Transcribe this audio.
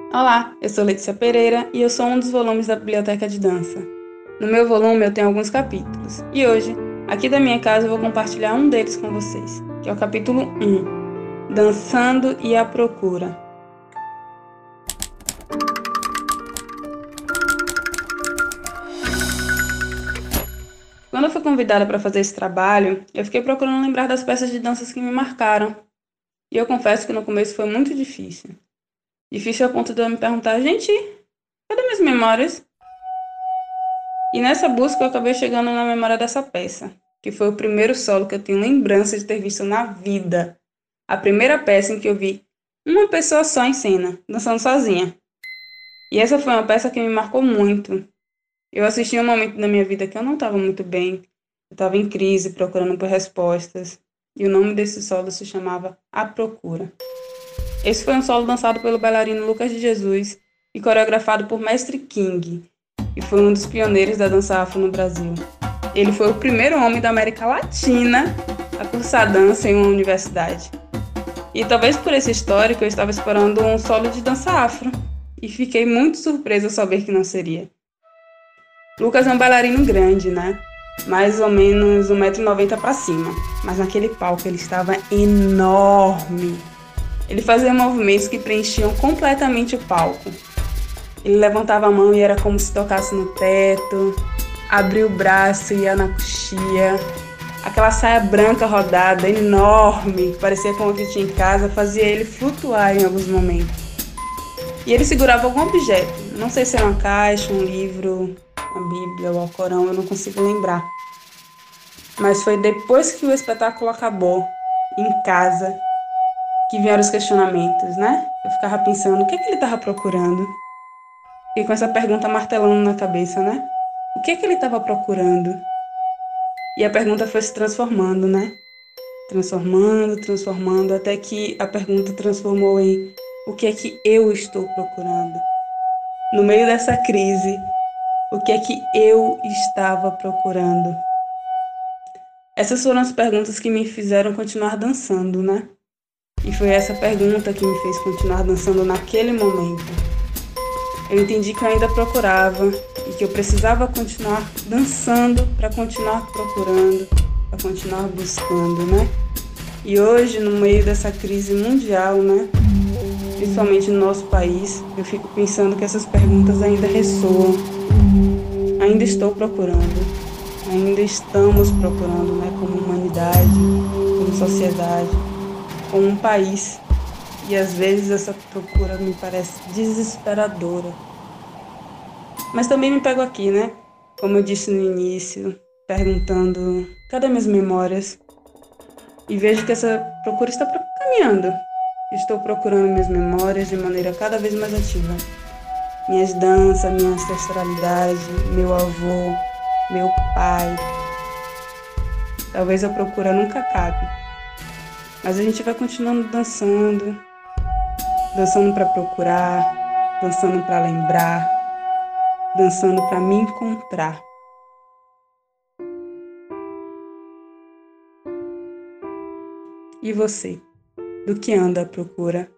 Olá, eu sou Letícia Pereira e eu sou um dos volumes da Biblioteca de Dança. No meu volume eu tenho alguns capítulos e hoje, aqui da minha casa, eu vou compartilhar um deles com vocês, que é o capítulo 1, Dançando e à Procura. Quando eu fui convidada para fazer esse trabalho, eu fiquei procurando lembrar das peças de danças que me marcaram. E eu confesso que no começo foi muito difícil. Difícil a ponto de eu me perguntar, gente, cadê minhas memórias? E nessa busca eu acabei chegando na memória dessa peça, que foi o primeiro solo que eu tenho lembrança de ter visto na vida. A primeira peça em que eu vi uma pessoa só em cena, dançando sozinha. E essa foi uma peça que me marcou muito. Eu assisti um momento da minha vida que eu não estava muito bem, eu estava em crise, procurando por respostas, e o nome desse solo se chamava A Procura. Esse foi um solo dançado pelo bailarino Lucas de Jesus e coreografado por Mestre King, e foi um dos pioneiros da dança afro no Brasil. Ele foi o primeiro homem da América Latina a cursar dança em uma universidade. E talvez por esse histórico eu estava esperando um solo de dança afro, e fiquei muito surpresa ao saber que não seria. Lucas é um bailarino grande, né? Mais ou menos 1,90 m para cima, mas naquele palco ele estava enorme. Ele fazia movimentos que preenchiam completamente o palco. Ele levantava a mão e era como se tocasse no teto, abria o braço e ia na coxia. Aquela saia branca rodada, enorme, que parecia como que tinha em casa, fazia ele flutuar em alguns momentos. E ele segurava algum objeto, não sei se era uma caixa, um livro, uma Bíblia ou o Alcorão, eu não consigo lembrar. Mas foi depois que o espetáculo acabou, em casa, que vieram os questionamentos, né? Eu ficava pensando, o que ele estava procurando? Fiquei com essa pergunta martelando na cabeça, né? O que ele estava procurando? E a pergunta foi se transformando, né? Transformando, até que a pergunta transformou em o que é que eu estou procurando? No meio dessa crise, o que é que eu estava procurando? Essas foram as perguntas que me fizeram continuar dançando, né? E foi essa pergunta que me fez continuar dançando naquele momento. Eu entendi que eu ainda procurava e que eu precisava continuar dançando para continuar procurando, para continuar buscando, né? E hoje, no meio dessa crise mundial, né? Principalmente no nosso país, eu fico pensando que essas perguntas ainda ressoam. Ainda estou procurando, ainda estamos procurando, né? Como humanidade, como sociedade, como um país. E às vezes essa procura me parece desesperadora. Mas também me pego aqui, né? Como eu disse no início, perguntando cadê minhas memórias? E vejo que essa procura está caminhando. Estou procurando minhas memórias de maneira cada vez mais ativa. Minhas danças, minha ancestralidade, meu avô, meu pai. Talvez a procura nunca acabe. Mas a gente vai continuando dançando, dançando para procurar, dançando para lembrar, dançando para me encontrar. E você? Do que anda à procura?